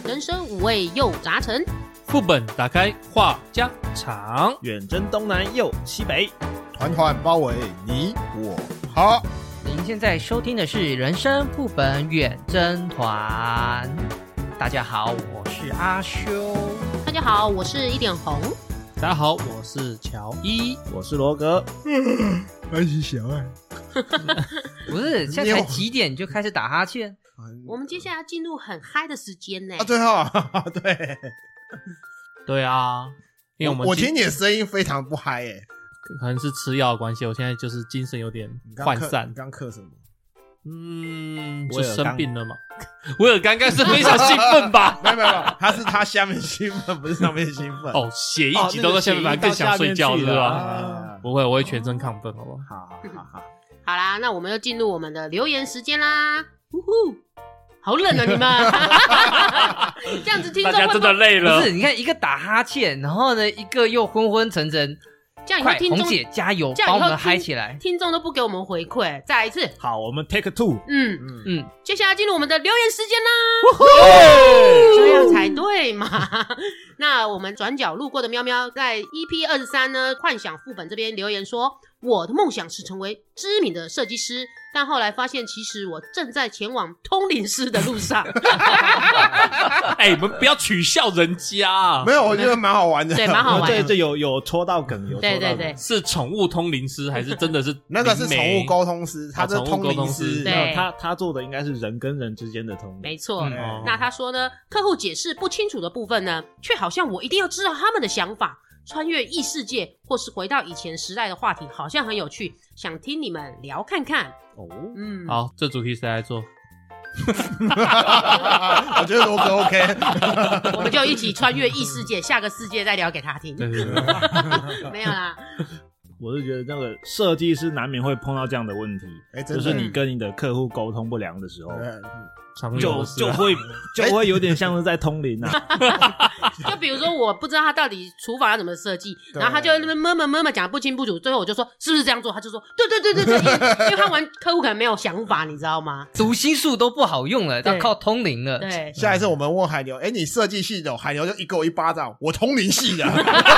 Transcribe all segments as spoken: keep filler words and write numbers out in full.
人生五味又杂陈， 副本打开话家常， 远征东南又西北， 团团包围你我他。 您现在收听的是人生副本远征团。大家好，我是阿修。 大家好，我是一点红。 大家好，我是乔伊， 我是罗格。 安喜小爱， 不是，现在才几点你就开始打哈欠？ 我们接下来要进入很嗨的时间呢。 啊，对哈、哦，对， 对啊，因为我们我听你的声音非常不嗨诶， 可能是吃药的关系，我现在就是精神有点涣散。 你刚嗑什么？ 嗯，就生病了嘛。威尔刚刚是非常兴奋吧？ 没有没有，他是他下面兴奋，不是上面兴奋。 哦，血液挤到下面，反而更想睡觉，是吧？ 啊、 不会，我会全身亢奋，好不好？ 好好好好。 好啦，那我们又进入我们的留言时间啦。呼呼，好冷啊你们！这样子听众大家真的累了。 不是，你看一个打哈欠，然后呢，一个又昏昏沉沉。 这样以后听众， 红姐加油，帮我们嗨起来！ 听众都不给我们回馈，再来一次。 好，我们 take two。 嗯嗯嗯，接下来进入我们的留言时间啦。这样才对嘛？那我们转角路过的喵喵在 E P 二十三呢，幻想副本这边留言说，我的梦想是成为知名的设计师，但后来发现其实我正在前往通灵师的路上。 哎、欸，你们不要取笑人家。 没有，我觉得蛮好玩的。 对，蛮好玩的。 这这有有戳到梗，有戳到梗。 对对对， 是宠物通灵师还是真的是？ 那个是宠物沟通师，他是通灵师。 对， 他他做的应该是人跟人之间的通灵。 没错。 嗯哦、那他说呢，客户解释不清楚的部分呢，却好像我一定要知道他们的想法。穿越异世界或是回到以前时代的话题好像很有趣，想听你们聊看看。 哦， 嗯， 好，这主题谁来做？ 我觉得罗格 OK。 我们就一起穿越异世界，下个世界再聊给他听。 对对对没有啦。 我是觉得那个设计师难免会碰到这样的问题， 欸、 就是你跟你的客户沟通不良的时候， 就就会就会有点像是在通灵啊。 就比如说我不知道他到底厨房要怎么设计，然后他就在那边闷闷闷闷讲不清不楚，最后我就说是不是这样做，他就说对对对对对，因为因为他玩客户可能没有想法，你知道吗？ 读心术都不好用了，要靠通灵了。 对， 下一次我们问海牛，哎、欸，你设计系的，海牛就一给我一巴掌，我通灵系的。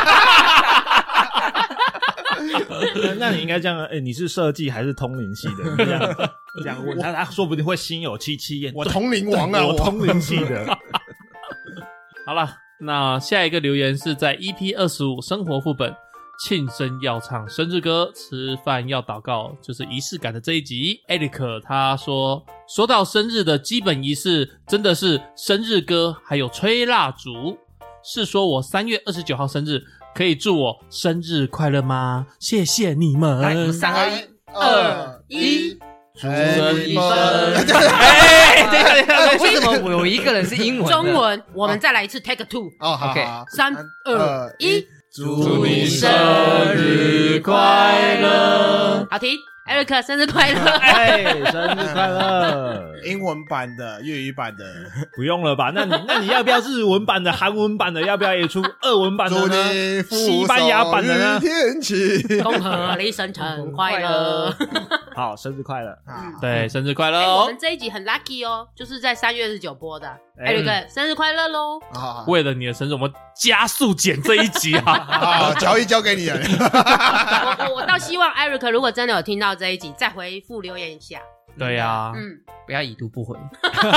那你应该这样，哎、欸，你是设计还是通灵系的？这样这样问他，他说不定会心有戚戚焉。 我通灵王啊， 我通灵系的。 好了，那下一个留言是在 E P 二十五生活副本庆生要唱生日歌，吃饭要祷告，就是仪式感的这一集。Eric 他说，说到生日的基本仪式，真的是生日歌，还有吹蜡烛。是说我三月二十九号生日。可以祝我生日快乐吗？谢谢你们。 来，三二一， 祝你生日！哎，等一下等一下，为什么我有一个人是英文？ 中文，我们再来一次 take two。 哦，好 ，OK， 三二一， 祝你生日快乐！ 好听。Eric 生日快乐！ 哎，生日快乐！ 英文版的、粤语版的不用了吧？那你那你要不要日文版的、韩文版的？要不要也出俄文版的呢？西班牙版的呢？ 天气， 恭贺你生辰快乐！ 好，生日快乐！ 对，生日快乐、哦欸！我们这一集很 lucky 哦，就是在三月二十九播的。Eric、欸、生日快乐喽！ 为了你的生日，我们加速剪这一集啊！ 好，乔伊交给你了。 我我我倒希望 Eric 如果真的有听到这一集，再回复留言一下。 对呀、啊， 嗯， 不要已读不回。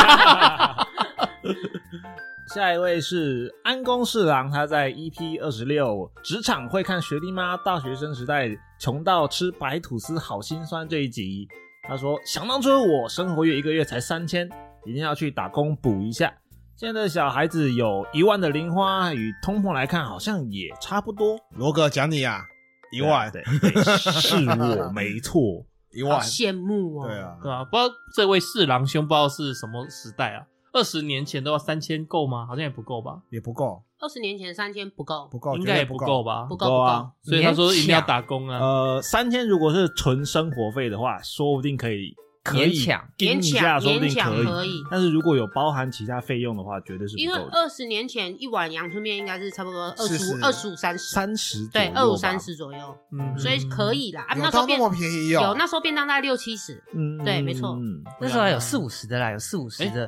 下一位是安宫侍郎，他在 E P 二十六职场会看学弟妈大学生时代穷到吃白吐司好心酸这一集，他说想当初我生活月一个月才三千，一定要去打工补一下。现在的小孩子有一万的零花，与通膨来看好像也差不多。 罗哥讲你啊，一万， 对，对对是我没错， 一万， 羡慕哦。 对啊， 对啊，不知道这位侍郎兄不知道是什么时代啊？二十年前都要三千够吗？好像也不够吧？ 也不够。 二十年前三千不够， 不够， 应该也不够吧？ 不够不够啊！ 所以他说一定要打工啊。 呃，三千如果是纯生活费的话，说不定可以。可以勉强盯一下，说不定可以。 可以， 但是如果有包含其他费用的话，绝对是不够的。 因为二十年前一碗阳春面应该是差不多二十五、二十五、三十、 三十， 对，二五三十左右，嗯，所以可以啦。啊， 有到那么便宜哦？ 有，那时候便当大概六七十，嗯，对，没错。 那时候还有四五十的啦，有四五十的。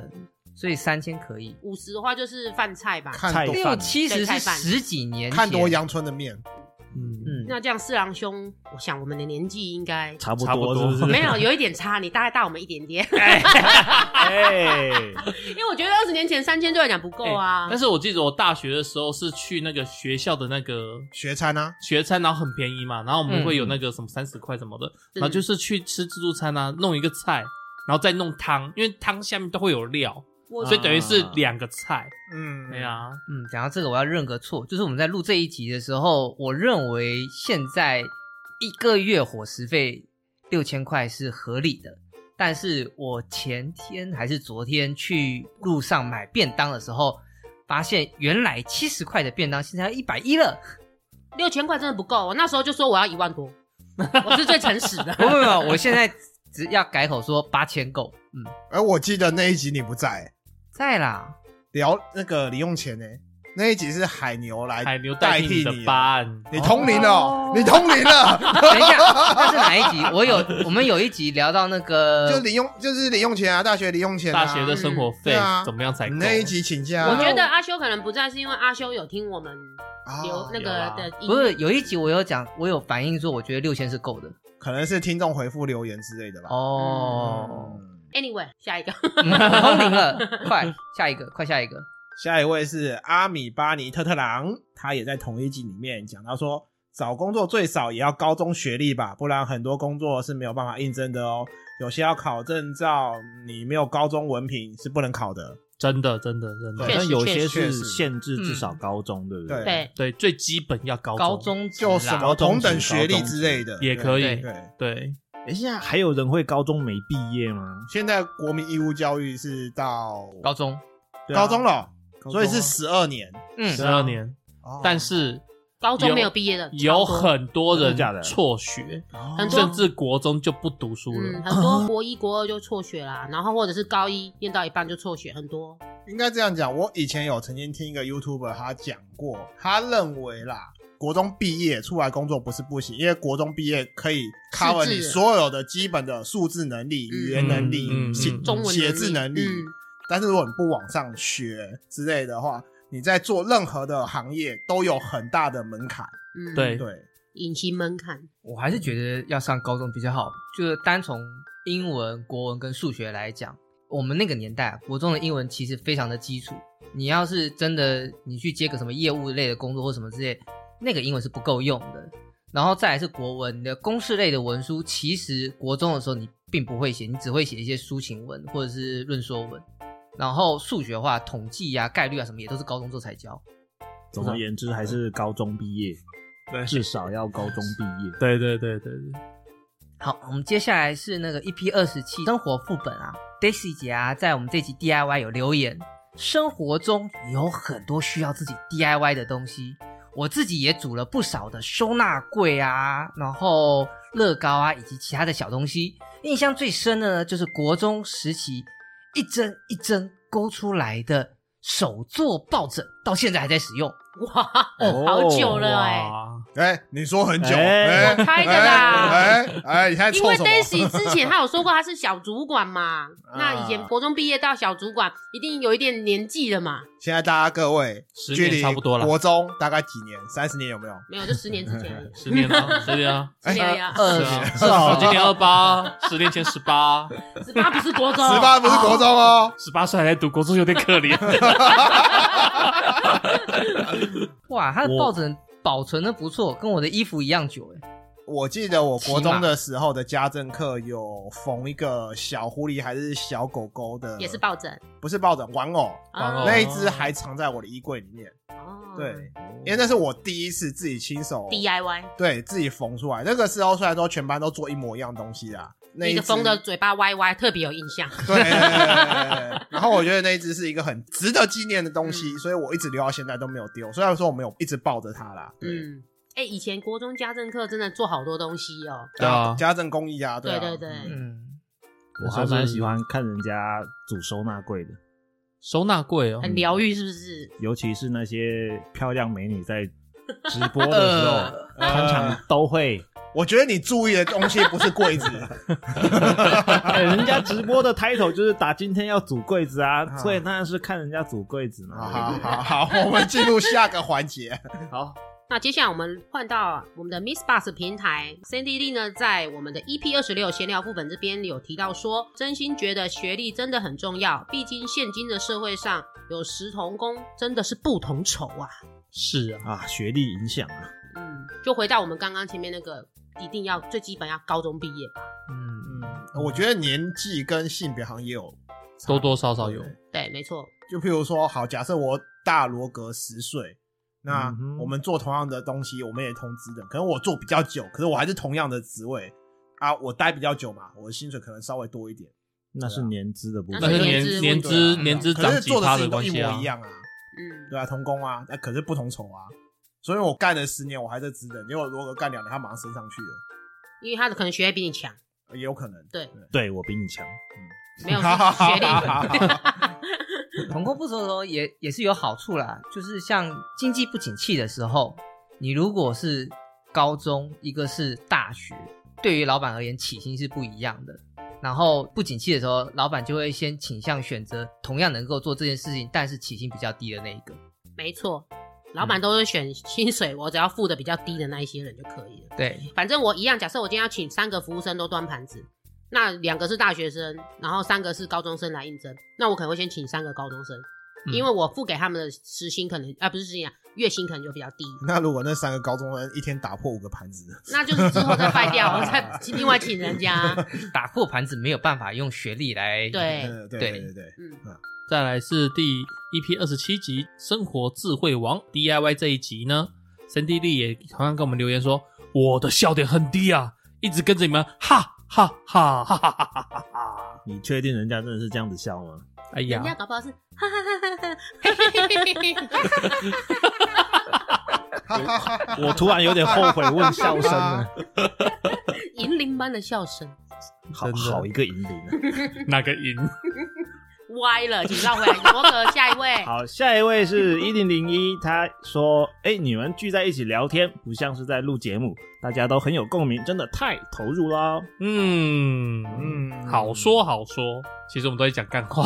所以三千可以。 五十的话就是饭菜吧。 看多六七十是对菜饭十几年前， 看多阳春的面， 嗯， 嗯， 那这样四郎兄，我想我们的年纪应该差不差不多多是不是？ 没有有一点差，你大概大我们一点点。 哎， 因为我觉得二十年前三千对来讲不够啊。 但是我记得我大学的时候是去那个学校的那个学餐啊， 学餐，然后很便宜嘛，然后我们嗯会有那个什么三十块什么的， 嗯然后就是去吃自助餐啊，弄一个菜，然后再弄汤，因为汤下面都会有料， 我所以等于是两个菜。 嗯， 对啊， 嗯，讲到这个，我要认个错，就是我们在录这一集的时候，我认为现在一个月伙食费六千块是合理的，但是我前天还是昨天去路上买便当的时候，发现原来七十块的便当现在要一百一了。 六千块真的不够，我那时候就说我要一万多，我是最诚实的。 不不不，我现在只要改口说八千够。嗯， 而我记得那一集你不在， 在啦。 聊那个零用钱呢，那一集是海牛来海牛代代替你的你班， 你通灵了哦， 你通灵了， 等一下，那是哪一集？我有，我们有一集聊到那个， 就零用就是零用钱啊，大学零用钱啊， 大学的生活费对啊怎么样才够？ 你那一集请假啊， 我觉得阿修可能不在，是因为阿修有听我们留哦那个有啦的音不是有一集我有讲，我有反映说，我觉得六千是够的。 可能是听众回复留言之类的吧。 哦， 嗯 Anyway，下一个。 嗯我通灵了，快下一个，快下一个。 下一位是阿米巴尼特特郎，他也在同一集里面讲到说，找工作最少也要高中学历吧，不然很多工作是没有办法应征的哦。有些要考证照，你没有高中文凭是不能考的。 真的真的真的， 确实好像有些是确实限制至少高中，对不对？ 对， 对，最基本要高中高中职就什啦么同等学历之类的也可以对， 对对对， 哎，现在还有人会高中没毕业吗？ 现在国民义务教育是到高中， 对啊高中了， 高中啊所以是十二年。 嗯十二年， 哦但是高中没有毕业的有超多很多人真的假的辍学， 很多甚至国中就不读书嗯， 了。 很多国一、国二就辍学啦，然后或者是高一念到一半就辍学，很多。 应该这样讲，我以前有曾经听一个 YouTuber 他讲过，他认为啦，国中毕业出来工作不是不行，因为国中毕业可以 cover 你所有的基本的数字能力、 嗯语言能力、 嗯嗯写嗯中文能力写字能力。 嗯但是如果你不往上学之类的话，你在做任何的行业都有很大的门槛。 嗯， 对对， 隐形门槛。 我还是觉得要上高中比较好。就是单从英文、国文跟数学来讲，我们那个年代啊，国中的英文其实非常的基础。你要是真的你去接个什么业务类的工作或什么之类，那个英文是不够用的。然后再来是国文，你的公式类的文书，其实国中的时候你并不会写，你只会写一些抒情文或者是论说文。然后数学的话，统计啊、概率啊什么也都是高中之后才教。 总而言之，还是高中毕业， 对至少要高中毕业。 对对对对对， 好，我们接下来是那个 E P 二十七生活副本啊 ，Daisy 姐啊，在我们这集 D I Y 有留言，生活中有很多需要自己 D I Y 的东西，我自己也组了不少的收纳柜啊，然后乐高啊，以及其他的小东西。印象最深的呢，就是国中时期一针一针勾出来的手做抱枕，到现在还在使用。 哇， 哦好久了哎、 哇哎、你说很久， 哎哎我猜的啦哎哎哎，你在因为凑什么？ Daisy 之前他有说过他是小主管嘛，那以前国中毕业到小主管，一定有一点年纪了嘛。 现在大家各位， 十年距离差不多了国中大概几年？三十年有没有？ 没有，就十年之前而已。 十年了，十年了， 十年呀， 二是啊， 是啊我今年二八，十年前十八， 十八不是国中， 十八不是国中哦。 十八岁还在读国中有点可怜。 哇，它的我抱枕保存的不错，跟我的衣服一样久哎。 我记得我国中的时候的家政课有缝一个小狐狸还是小狗狗的， 也是抱枕， 不是抱枕玩偶， 玩偶哦那一只还藏在我的衣柜里面。 哦对，因为那是我第一次自己亲手 D I Y， 对自己缝出来。那个时候虽然说全班都做一模一样东西啦，那一只你的风的嘴巴歪歪，特别有印象。 对对对对对对然后我觉得那一只是一个很值得纪念的东西，所以我一直留到现在都没有丢。虽然说我没有一直抱着它啦，对， 嗯，哎、以前国中家政课真的做好多东西哦。 对啊家政工艺啊，对啊对对对嗯， 我还蛮喜欢看人家组收纳柜的， 收纳柜哦， 很疗愈，是不是？ 尤其是那些漂亮美女在直播的时候， 呃通常都会我觉得你注意的东西不是柜子。 哎人家直播的 title 就是打今天要组柜子啊，所以当然是看人家组柜子嘛。 好好好，好，我们进入下个环节。 好， 那接下来我们换到我们的 Miss Bus 平台 Sandy Lee 呢，在我们的 E P 二十六闲聊副本这边有提到说，真心觉得学历真的很重要，毕竟现今的社会上有十同工真的是不同酬啊。 是啊， 啊，学历影响啊。 嗯，就回到我们刚刚前面那个，一定要最基本要高中毕业吧。 嗯嗯，我觉得年纪跟性别好像也有差多多少少有。 对，没错。 就譬如说，好，假设我大罗格十岁，那嗯哼我们做同样的东西，我们也同职等，可能我做比较久，可是我还是同样的职位啊，我待比较久嘛，我的薪水可能稍微多一点。 那是年资的部分， 那是那是年年年资资年资可是涨几趴做的事情都关系啊一模一。样啊， 嗯， 对啊，同工啊，那可是不同酬啊。所以我干了十年，我还在职等，结果罗格干两年，他马上升上去了， 因为他的可能学历比你强， 也有可能。 对， 对我比你强。 没有是学历。 同工不熟的时候也也是有好处啦，就是像经济不景气的时候，你如果是高中，一个是大学，对于老板而言起薪是不一样的。然后不景气的时候，老板就会先倾向选择同样能够做这件事情，但是起薪比较低的那一个。 没错，老板都是选薪水我只要付的比较低的那一些人就可以了。 对， 反正我一样，假设我今天要请三个服务生都端盘子，那两个是大学生，然后三个是高中生来应征，那我可能会先请三个高中生， 嗯因为我付给他们的时薪可能啊不是时薪啊，月薪可能就比较低， 那如果那三个高中生一天打破五个盘子， 那就是之后再败掉，我再另外请人家。 打破盘子没有办法用学历来。 对， 呃对对对对对， 嗯， 再来是第 E P 二十七集生活智慧王 D I Y 这一集呢，Sandy Lee 也同样跟我们留言说，我的笑点很低啊，一直跟着你们哈哈哈哈哈哈哈哈哈。 你确定人家真的是这样子笑吗？ 哎人家呀， 搞不好是哈哈哈哈哈哈哈哈， 我突然有点后悔问笑声了。 银铃般的笑声， 好真的好一个银铃啊！ 那个赢？ 歪了，请绕回来。罗格，下一位。 好，下一位是一零零一，他说：“哎、你们聚在一起聊天，不像是在录节目，大家都很有共鸣，真的太投入了。 嗯嗯好说好说，其实我们都在讲干话。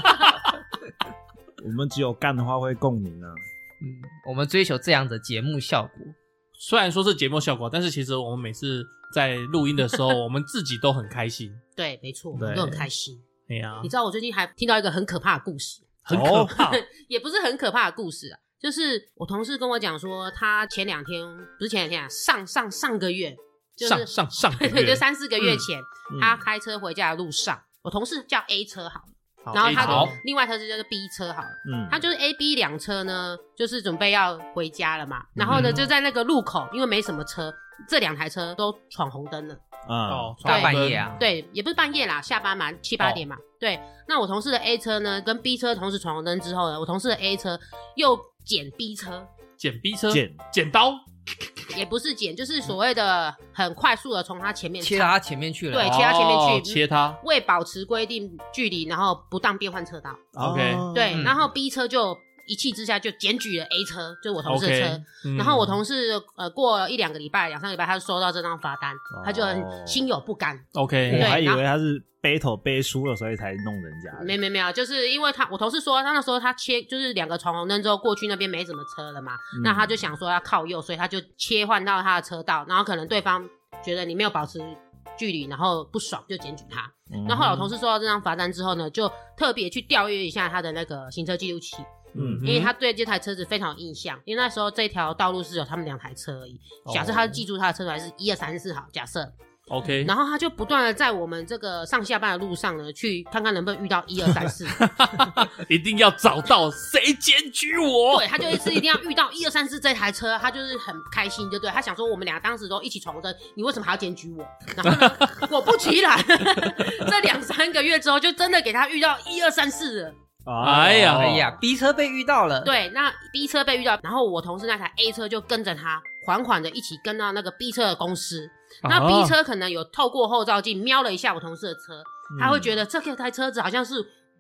我们只有干的话会共鸣啊。 嗯，我们追求这样的节目效果。 虽然说是节目效果，但是其实我们每次在录音的时候，我们自己都很开心。 对，没错，我对们都很开心。 哎呀你，知道我最近还听到一个很可怕的故事， 很可怕。 也不是很可怕的故事啊，就是我同事跟我讲说，他前两天不是前两天啊，上上上个月，就是上上上个对，就月， 三四个月前， 嗯他开车回家的路上，我同事叫 A 车好了， 好然后他 A 的好另外一车是叫做 B 车好了。 嗯， 他就是 A、B 两车呢，就是准备要回家了嘛。然后呢， 嗯就在那个路口，因为没什么车，这两台车都闯红灯了。 啊、 哦， 大对半夜啊， 对，也不是半夜啦，下班嘛，七八点嘛。对，那我同事的 A 车呢，跟 B 车同时闯红灯之后呢，我同事的 A 车又捡 B 车， 剪 B 车， 剪剪刀， 也不是捡，就是所谓的很快速的从他前面插切到他前面去了。 对切他前面去哦切他。 为保持规定距离，然后不当变换车道。 OK 哦对， 嗯然后 B 车就一气之下就检举了 A 车，就是我同事的车。 OK，嗯然后我同事呃过了一两个礼拜、两三个礼拜，他就收到这张罚单，他就很心有不甘。 OK， 对我还以然后为他是背头背输了，所以才弄人家的。 没没没有，就是因为他我同事说，他那时候他切就是两个闯红灯之后过去那边没什么车了嘛， 嗯那他就想说要靠右，所以他就切换到他的车道，然后可能对方觉得你没有保持距离，然后不爽就检举他。 嗯那后来我同事收到这张罚单之后呢，就特别去调阅一下他的那个行车记录器。 嗯因为他对这台车子非常有印象，因为那时候这条道路是有他们两台车而已。假设他记住他的车牌是一二三四好，假设， OK， 然后他就不断的在我们这个上下班的路上呢，去看看能不能遇到一二三四。 一定要找到谁检举我。 对，他就一次一定要遇到一二三四这台车，他就是很开心，就对他想说我们俩当时都一起闯红灯，你为什么还要检举我？然后呢，果不其然，这两三个月之后，就真的给他遇到一二三四了。 哎呀哎呀，B 车被遇到了。， 对，那 B 车被遇到，然后我同事那台 A 车就跟着他，缓缓的一起跟到那个 B 车的公司。那哦 B 车可能有透过后照镜瞄了一下我同事的车， 嗯他会觉得这个台车子好像是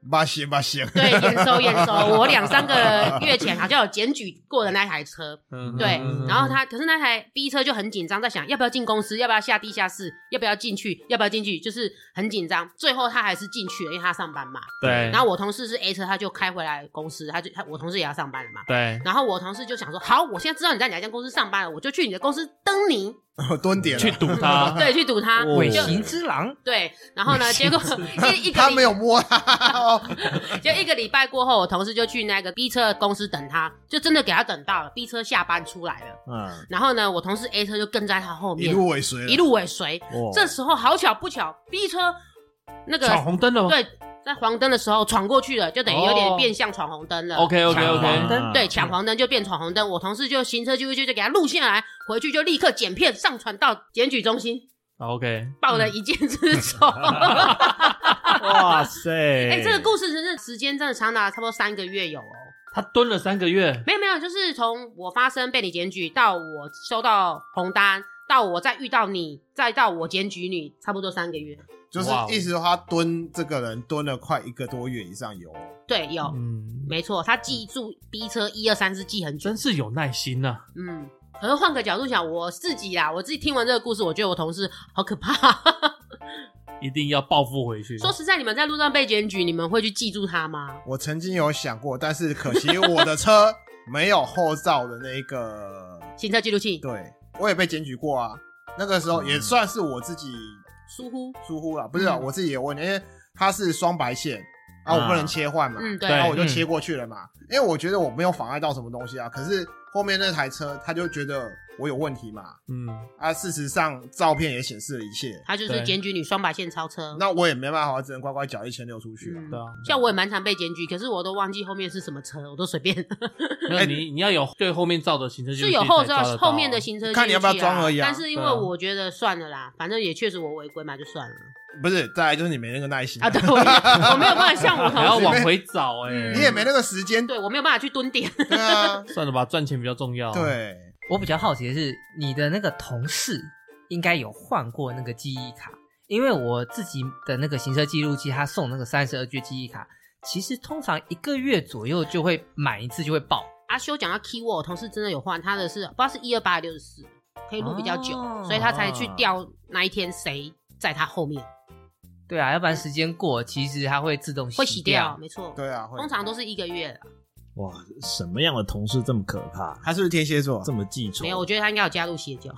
八行八行， 对，验收验收。我两三个月前好像有检举过的那台车， 嗯对， 嗯然后他可是那台 B 车就很紧张，在想要不要进公司，要不要下地下室，要不要进去，要不要进去，就是很紧张。最后他还是进去了，因为他上班嘛。 对， 然后我同事是 A 车，他就开回来公司，他就他我同事也要上班了嘛。 对， 然后我同事就想说，好，我现在知道你在哪家公司上班了，我就去你的公司登你， 蹲点了去堵他， 对，去堵他， 哦就尾行之狼， 对。然后呢，结果一一个他礼没有摸他，哦就一个礼拜过后，我同事就去那个 B 车的公司等他，就真的给他等到了 B 车下班出来了。 嗯， 然后呢，我同事 A 车就跟在他后一面， 路尾随了， 一路尾随。 哦这时候好巧不巧 ，B 车那个闯红灯了吗？ 对，在黄灯的时候闯过去了，就等于有点变相闯红灯了。 ，OK OK 抢 OK， 黄灯对，抢黄灯就变闯红灯。我同事就行车记录器就给他录下来，回去就立刻剪片上传到检举中心， OK， 报了一箭之仇。 哇塞！ 哎、这个故事真是时间真的长达差不多三个月有哦。 他蹲了三个月， 没有没有，就是从我发生被你检举到我收到红单，到我再遇到你，再到我检举你，差不多三个月。 就是哇哦意思说他蹲这个人蹲了快一个多月以上有， 对，有， 嗯， 没错，他记住 B 车一二三是记很久。 真是有耐心呐。 嗯，可是换个角度想，我自己啦，我自己听完这个故事，我觉得我同事好可怕。 一定要报复回去。 说实在，你们在路上被检举，你们会去记住他吗？ 我曾经有想过，但是可惜我的车没有后照的那个， 行车记录器对我也被检举过啊。那个时候也算是我自己疏忽， 疏忽了，不是、啊嗯我自己有问题，因为它是双白线啊，我不能切换嘛， 嗯，对， 然后我就嗯切过去了嘛，因为我觉得我没有妨碍到什么东西啊，可是后面那台车他就觉得我有问题嘛， 嗯， 啊，事实上照片也显示了一切， 他就是对检举你双白线超车。 那我也没办法，我只能乖乖缴一千六出去、啊。 嗯对啊， 像我也蛮常被检举，可是我都忘记后面是什么车，我都随便。 没有你你要有对后面照的行车记录器是有后照才抓得到后面的行车记录器、啊， 看你要不要装而已啊但是因为对啊我觉得算了啦，反正也确实我违规嘛，就算了不是，再来就是你没那个耐心啊。对，我我没有办法像我同事， 还要往回找哎、 嗯你也没那个时间， 对我没有办法去蹲点。 对啊， 算了吧，赚钱比较重要。， 对， 我比较好奇的是，你的那个同事应该有换过那个记忆卡，因为我自己的那个行车记录器，他送那个三十二 G 记忆卡，其实通常一个月左右就会满一次就会爆。 阿修讲到 keyword，我同事真的有换，他的是不知道是一二八还是六十四，可以录比较久， 哦所以他才去调那一天谁在他后面， 对啊，要不然时间过，其实它会自动会洗掉掉，。没错。 对啊，会通常都是一个月啦。 哇，什么样的同事这么可怕， 他是不是天蝎座？ 这么记仇？ 没有，我觉得他应该有加入邪教。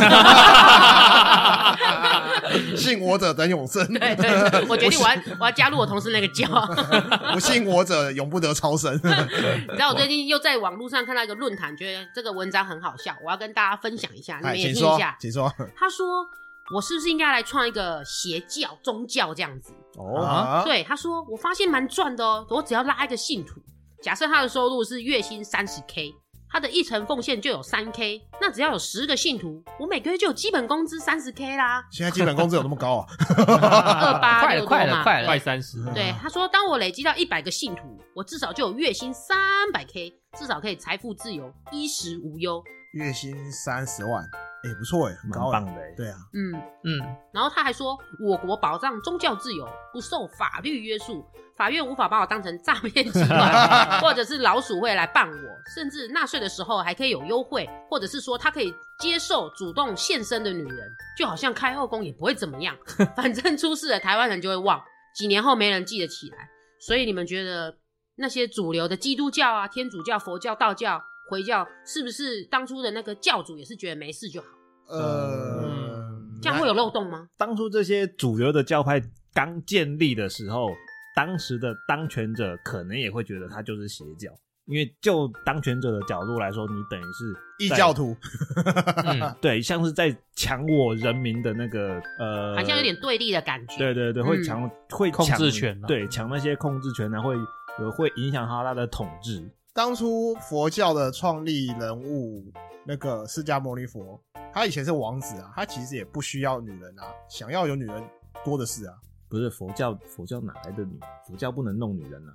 信我者得永生， 对对，我决定我要我要加入我同事那个教。 不信我者永不得超生。 你知道我最近又在网络上看到一个论坛，觉得这个文章很好笑，我要跟大家分享一下，你哎， 们也请说听一下，。 请说。 他说：“我是不是应该来创一个邪教、宗教这样子？” 哦， 啊， 对，他说：“我发现蛮赚的哦，我只要拉一个信徒，假设他的收入是月薪三十 K， 他的一成奉献就有三 K， 那只要有十个信徒，我每个月就有基本工资三十 K 啦， 现在基本工资有那么高啊？ 二八快了， 六多嘛。” 快了，快了， 快三十。 对，他说：“当我累积到一百个信徒，我至少就有月薪三百 K， 至少可以财富自由，衣食无忧。 月薪三十万，哎，不错哎，很蛮高哎棒的哎。 对啊， 嗯， 嗯， 然后他还说，我国保障宗教自由，不受法律约束，法院无法把我当成诈骗集团或者是老鼠会来办我，甚至纳税的时候还可以有优惠，或者是说他可以接受主动献身的女人，就好像开后宫也不会怎么样，反正出事了台湾人就会忘，几年后没人记得起来。所以你们觉得那些主流的基督教啊、天主教、佛教、道教、回教，是不是当初的那个教主也是觉得没事就好？ 呃， 这样会有漏洞吗？ 当初这些主流的教派刚建立的时候，当时的当权者可能也会觉得它就是邪教，因为就当权者的角度来说，你等于是在异教徒， 嗯对，像是在抢我人民的那个呃， 好像有点对立的感觉。 对对对， 嗯会抢、会控抢制权啊对，抢那些控制权啊，会有会影响他他的统治。 当初佛教的创立人物那个释迦牟尼佛，他以前是王子啊，他其实也不需要女人啊，想要有女人多的是啊。 不是佛教，佛教哪来的女？佛教不能弄女人啊。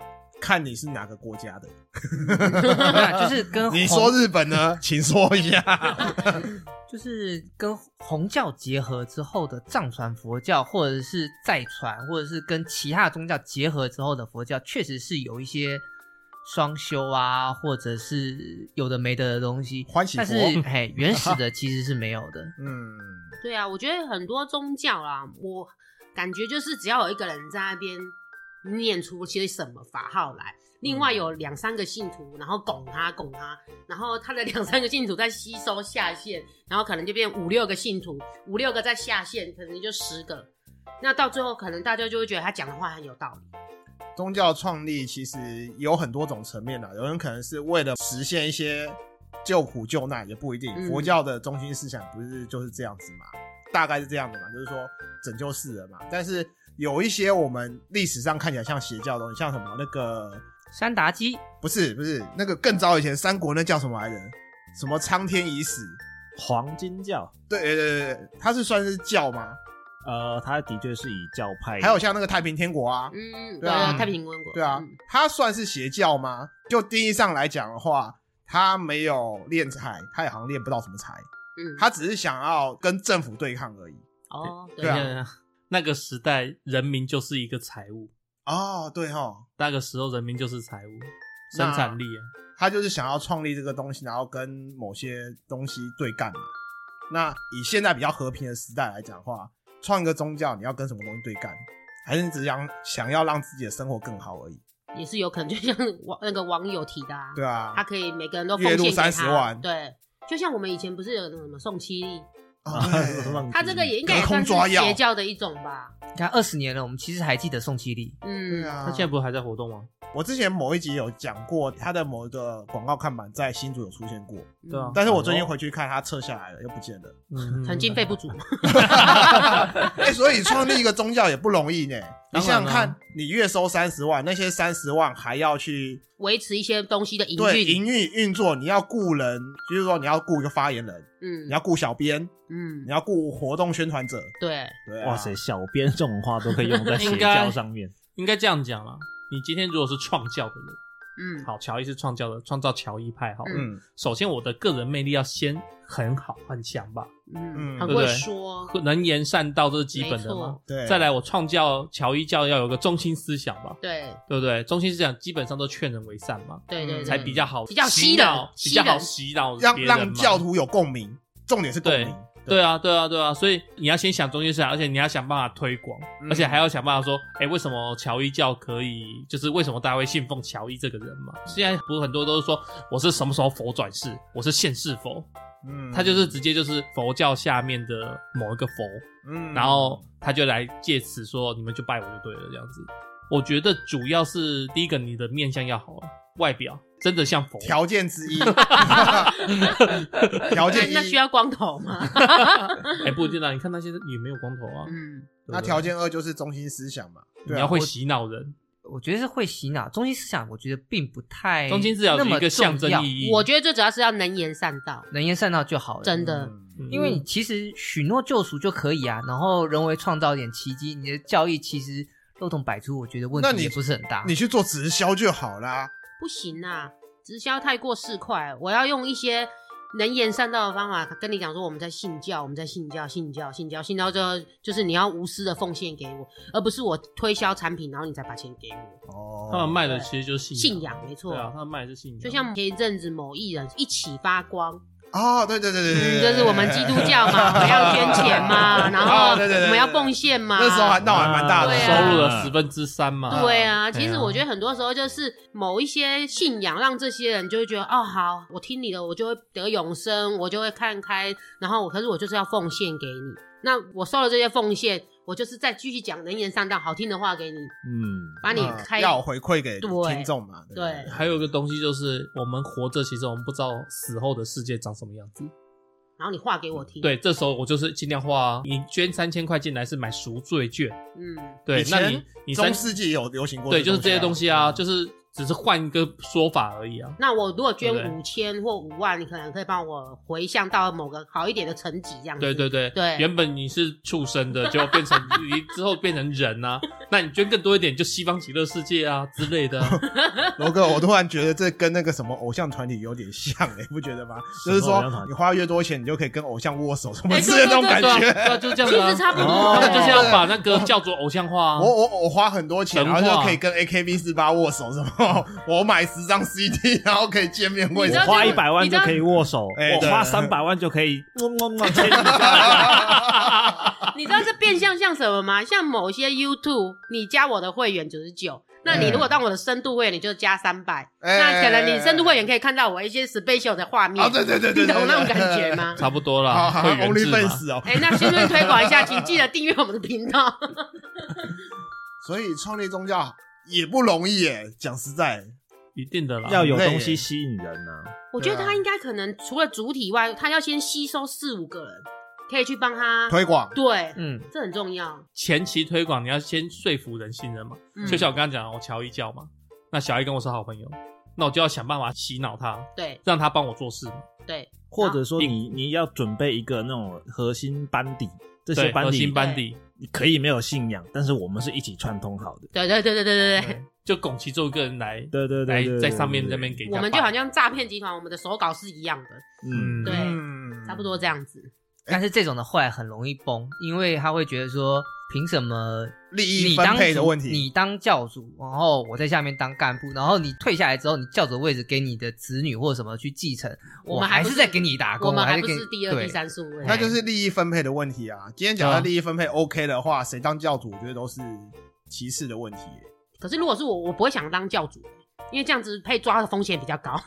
看你是哪个国家的。 没有就是跟你说日本呢，请说一下。 就是跟红教结合之后的藏传佛教，或者是再传，或者是跟其他宗教结合之后的佛教，确实是有一些双修啊，或者是有的没的的东西。 欢喜佛， 但是嘿，原始的其实是没有的。 嗯， 对啊，我觉得很多宗教啊，我感觉就是只要有一个人在那边念出些什么法号来，另外有两三个信徒，然后拱他拱他，然后他的两三个信徒再吸收下线，然后可能就变五六个信徒，五六个再下线，可能就十个。那到最后，可能大家就会觉得他讲的话很有道理。 宗教创立其实有很多种层面啦，有人可能是为了实现一些救苦救难，也不一定。 嗯、 佛教的中心思想不是就是这样子嘛，大概是这样子嘛，就是说拯救世人嘛。但是有一些我们历史上看起来像邪教的东西，像什么那个山达基， 不是不是那个更早以前三国那叫什么来着？什么苍天已死？ 黄金教， 对对对对，它是算是教吗？ 呃，他的确是以教派， 还有像那个太平天国啊， 嗯， 对啊， 太平天国， 对啊， 嗯、 它算是邪教吗？就定义上来讲的话，他没有敛财，他也好像敛不到什么财， 嗯， 他只是想要跟政府对抗而已。 哦， 对啊， 那个时代人民就是一个财物。 哦，对齁， 那个时候人民就是财物，生产力啊。 他就是想要创立这个东西，然后跟某些东西对干嘛。那以现在比较和平的时代来讲的话，创一个宗教，你要跟什么东西对干？还是你只想想要让自己的生活更好而已？ 也是有可能，就像网那个网友提的啊， 对啊， 他可以每个人都奉献给他月入三十万， 对，就像我们以前不是有那种什么宋七力， 哦、 他这个也应该也算是邪教的一种吧？ 你看二十年了，我们其实还记得宋七力， 嗯， 对啊， 他现在不是还在活动吗？ 我之前某一集有讲过，他的某一个广告看板在新竹有出现过， 对啊， 但是我最近回去看，他撤下来了，又不见了， 嗯， 可能经费不足。 哎、欸，所以创立一个宗教也不容易呢。你想想看，你月收三十万，那些三十万还要去维持一些东西的营运， 对营运运作，你要雇人，就是说你要雇一个发言人， 嗯， 你要雇小编， 嗯， 你要雇活动宣传者， 对， 对、啊， 哇塞，小编这种话都可以用在邪教上面， 应该这样讲啦。你今天如果是创教的人， 嗯， 好，乔伊是创教的，创造乔伊派好了， 嗯， 首先我的个人魅力要先很好很强吧， 嗯，很会说， 能言善道这是基本的嘛， 对， 再来我创教乔伊教要有个中心思想吧， 对， 对不对？中心思想基本上都劝人为善嘛， 对 对, 对， 才比较好， 比较吸脑， 比较好洗脑， 让让教徒有共鸣，重点是共鸣。 对啊，对啊，对啊，所以你要先想中心思想，而且你要想办法推广，嗯、而且还要想办法说，哎，为什么乔伊教可以，就是为什么大家会信奉乔伊这个人嘛？现在不是很多都是说我是什么时候佛转世，我是现世佛，嗯，他就是直接就是佛教下面的某一个佛，嗯，然后他就来借此说你们就拜我就对了这样子。我觉得主要是第一个你的面相要好，外表真的像佛， 条件之一，条件一， 那需要光头吗？ 哎、欸，不一定啊，你看那些也没有光头啊。 嗯， 对对， 那条件二就是中心思想嘛， 你要会洗脑人。 我觉得是会洗脑，中心思想我觉得并不太中心思想是一个象征意义。 我觉得最主要是要能言善道， 能言善道就好了， 真的。 嗯、因为你其实许诺救赎就可以啊，然后人为创造一点奇迹，你的教义其实漏洞百出，我觉得问题也不是很大。 你, 你去做直销就好啦。 不行啊，直销太过市侩，我要用一些能言善道的方法跟你讲说，我们在信教，我们在信教，信教，信教，信教之后就是你要无私的奉献给我，而不是我推销产品，然后你再把钱给我。 哦， 他们卖的其实就是信仰， 信仰没错。 对啊，他们卖的是信仰。 就像前一阵子某艺人一起发光。 哦，对对对对对， 嗯，就是我们基督教嘛，我们要捐钱嘛，然后我们要奉献嘛， 那时候还闹还蛮大的， 啊、 收入了十分之三嘛。 对啊，其实我觉得很多时候就是某一些信仰让这些人就会觉得，哦，好，我听你的，我就会得永生，我就会看开，然后我可是我就是要奉献给你，那我收了这些奉献，我就是再继续讲能言善道好听的话给你，嗯，把你开、 嗯、要回馈给听众嘛。 对，对还有一个东西就是我们活着，其实我们不知道死后的世界长什么样子。 然后你画给我听， 对，这时候我就是尽量画啊。你捐三千块进来是买赎罪券， 嗯， 对，那你你中世纪有流行过、啊， 对，就是这些东西啊，嗯、就是只是换一个说法而已啊。 那我如果捐五千或五万，你可能可以帮我回向到某个好一点的层级，这样子。 对对对对， 原本你是畜生的，就变成你之后变成人啊， 那你捐更多一点，就西方极乐世界啊之类的、啊。 罗哥，我突然觉得这跟那个什么偶像团体有点像哎、欸，不觉得吗？就是说你花越多钱，你就可以跟偶像握手什么之类的那种感觉。 对啊，就是这样子、啊。 其实差不多， 他们就是要把那个教主偶像化、啊。 我我我花很多钱，然后就可以跟 A K B 四十八握手什么？我买十张 C D， 然后可以见面会。 我花一百万就可以握手， 欸、 我花三百万就可以么么么牵你你知道这变相像什么吗？像某些 YouTube， 你加我的会员九十九，那你如果当我的深度会员，你就加三百、欸。那可能你深度会员可以看到我一些 special 的画面。 哦，对对对对， 你懂那种感觉吗？ 差不多啦，会员制嘛。 哦， 哎、欸，那顺便推广一下，请记得订阅我们的频道。 所以创立宗教也不容易耶，讲实在， 一定的啦， 要有东西吸引人啊。 我觉得他应该可能除了主体外，他要先吸收四五个人。可以去帮他推广， 对， 嗯， 这很重要。 前期推广你要先说服人信任嘛，嗯、就像我刚刚讲，我乔一教嘛，那小一跟我是好朋友，那我就要想办法洗脑他， 对， 让他帮我做事嘛， 对， 或者说你你要准备一个那种核心班底，这些班底核心班底你可以没有信仰，但是我们是一起串通好的， 对对对对对对对， 就拱其中一个人来， 对对对， 来在上面那边给， 我们就好像诈骗集团，我们的手稿是一样的， 嗯， 对， 嗯、 差不多这样子。 但是这种的后来很容易崩，因为他会觉得说，凭什么利益分配的问题， 你当教主，然后我在下面当干部，然后你退下来之后，你教主的位置给你的子女或者什么去继承，我们还是在给你打工， 我们还不是第二、第三顺位， 那就是利益分配的问题啊。今天讲的利益分配 OK 的话，谁当教主，我觉得都是其次的问题耶。 可是如果是我，我不会想当教主，因为这样子被抓的风险比较高。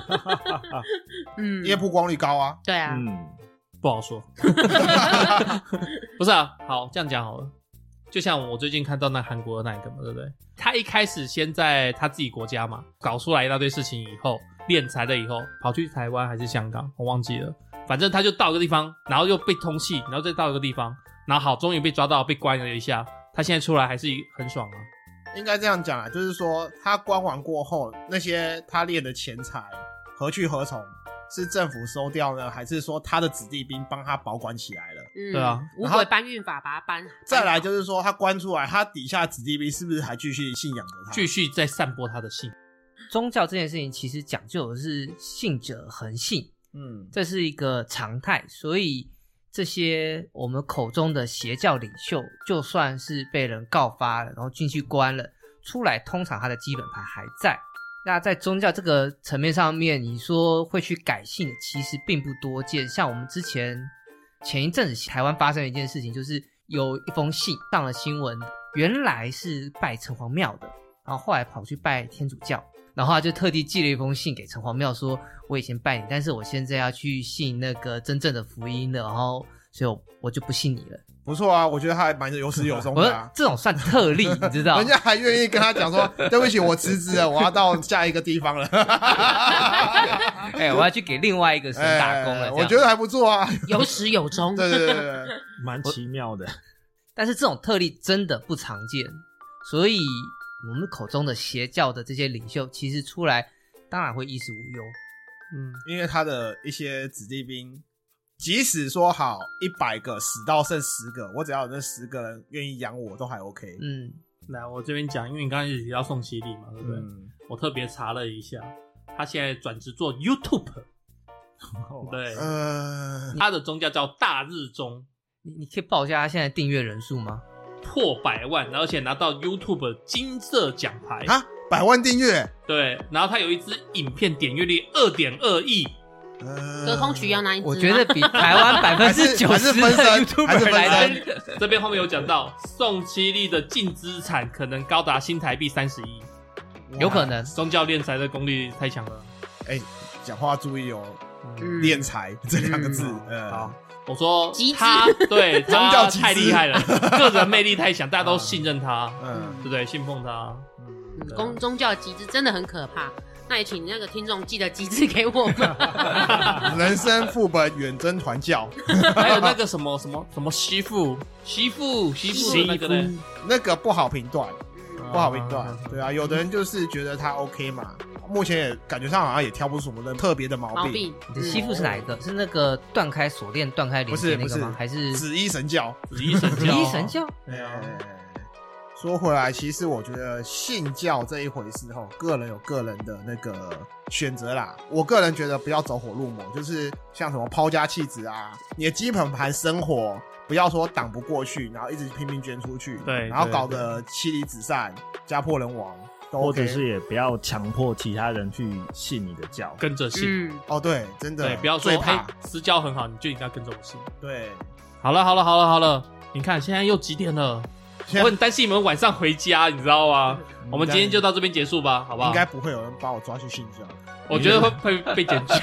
嗯， 因为曝光率高啊。 对啊。 嗯。 不好说，不是啊，好这样讲好了。就像我最近看到那韩国的那一个嘛，对不对？他一开始先在他自己国家嘛，搞出来一大堆事情以后，敛财了以后，跑去台湾还是香港，我忘记了。反正他就到一个地方，然后又被通缉，然后再到一个地方，然后好，终于被抓到，被关了一下。他现在出来还是很爽啊。 应该这样讲啊，就是说他关完过后，那些他练的钱财何去何从？是政府收掉呢，还是说他的子弟兵帮他保管起来了？ 嗯， 对啊， 无轨搬运法把他搬。 再来就是说，他关出来，他底下子弟兵是不是还继续信仰着他？ 继续在散播他的信。 宗教这件事情其实讲究的是信者恒信， 嗯， 这是一个常态，所以这些我们口中的邪教领袖，就算是被人告发了，然后进去关了，出来通常他的基本盘还在。那在宗教这个层面上面，你说会去改信的其实并不多见。像我们之前前一阵子台湾发生的一件事情，就是有一封信上了新闻，原来是拜城隍庙的，然后后来跑去拜天主教，然后他就特地寄了一封信给城隍庙说，我以前拜你，但是我现在要去信那个真正的福音了，然后所以我我就不信你了。 不错啊，我觉得他还蛮有始有终的啊。 这种算特例，你知道？ 人家还愿意跟他讲说，对不起，我辞职了，我要到下一个地方了。 哎、欸，我要去给另外一个神打工了、欸。 我觉得还不错啊， 有始有终。 对对对对， 蛮奇妙的。 但是这种特例真的不常见，所以我们口中的邪教的这些领袖，其实出来当然会衣食无忧。 嗯， 因为他的一些子弟兵。即使说好一百个死到剩十个，我只要有那十个人愿意养我，都还 OK。 嗯， 来我这边讲，因为你刚刚一直提到宋希棣嘛，对不对？ 嗯、 我特别查了一下，他现在转职做 YouTube， 对， 呃， 他的宗教叫大日宗。 你你可以报一下他现在订阅人数吗？ 破百万，而且拿到 YouTube 金色奖牌啊，百万订阅。 对，然后他有一支影片点阅率 二点二亿。 隔空取要哪一支？ 我觉得比台湾百分之九十的 YouTuber 来的。 这边后面有讲到，宋希棣的净资产可能高达新台币三十亿， 有可能。 宗教敛财的功力太强了。 哎、欸，讲话注意哦，敛财、嗯、这两个字。 嗯呃， 好，我说他对他太厉害了，个人魅力太强，大家都信任他，嗯，对不对？信奉他。 嗯，宗宗教集资真的很可怕。那也请那个听众记得集资给我们。 人生副本远征团教， 还有那个什么什么什么媳妇媳妇媳妇的那个呢？ 那个不好评断，不好评断。对啊，有的人就是觉得他 OK 嘛，目前也感觉上好像也挑不出什么的特别的毛病。 毛病。 你的媳妇是哪一个？是那个断开锁链、断开连接那个吗？还是紫衣神教？ 紫衣神教？ 紫衣神教。 对啊。 说回来，其实我觉得信教这一回事吼，个人有个人的那个选择啦。我个人觉得不要走火入魔，就是像什么抛家弃子啊，你的基本盘生活不要说挡不过去，然后一直拼命捐出去， 对， 然后搞得妻离子散、家破人亡。 或者是也不要强迫其他人去信你的教， 跟着信。 嗯， 哦，对，真的， 对，不要说哎、欸、私教很好，你就应该跟着我信。 对， 好了好了好了好了，你看现在又几点了？我很担心你们晚上回家，你知道吗？我们今天就到这边结束吧，好不好？ 应该不会有人把我抓去信教， 我觉得会会被检举。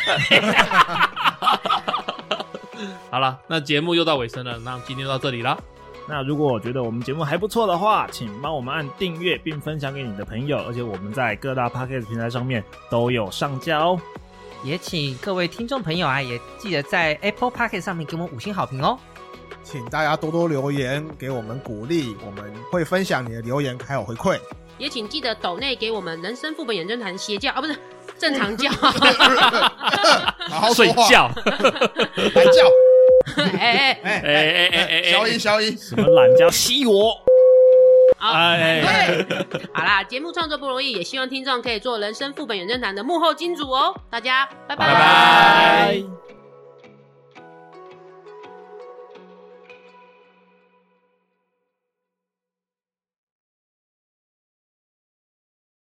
好了，那节目又到尾声了，那今天就到这里啦。 那如果觉得我们节目还不错的话，请帮我们按订阅并分享给你的朋友，而且我们在各大 Podcast 平台上面都有上架哦。 也请各位听众朋友啊，也记得在 Apple Podcast 上面给我们五星好评哦。 请大家多多留言给我们鼓励，我们会分享你的留言还有回馈。 也请记得抖内给我们人生副本远征团邪教啊，不是正常教， 好好睡觉， 来叫。 哎哎哎哎哎哎，消音消音， 什么懒觉吸我？ 好， 哎， 对，好啦，节目创作不容易，也希望听众可以做人生副本远征团的幕后金主哦。大家拜拜。 拜拜。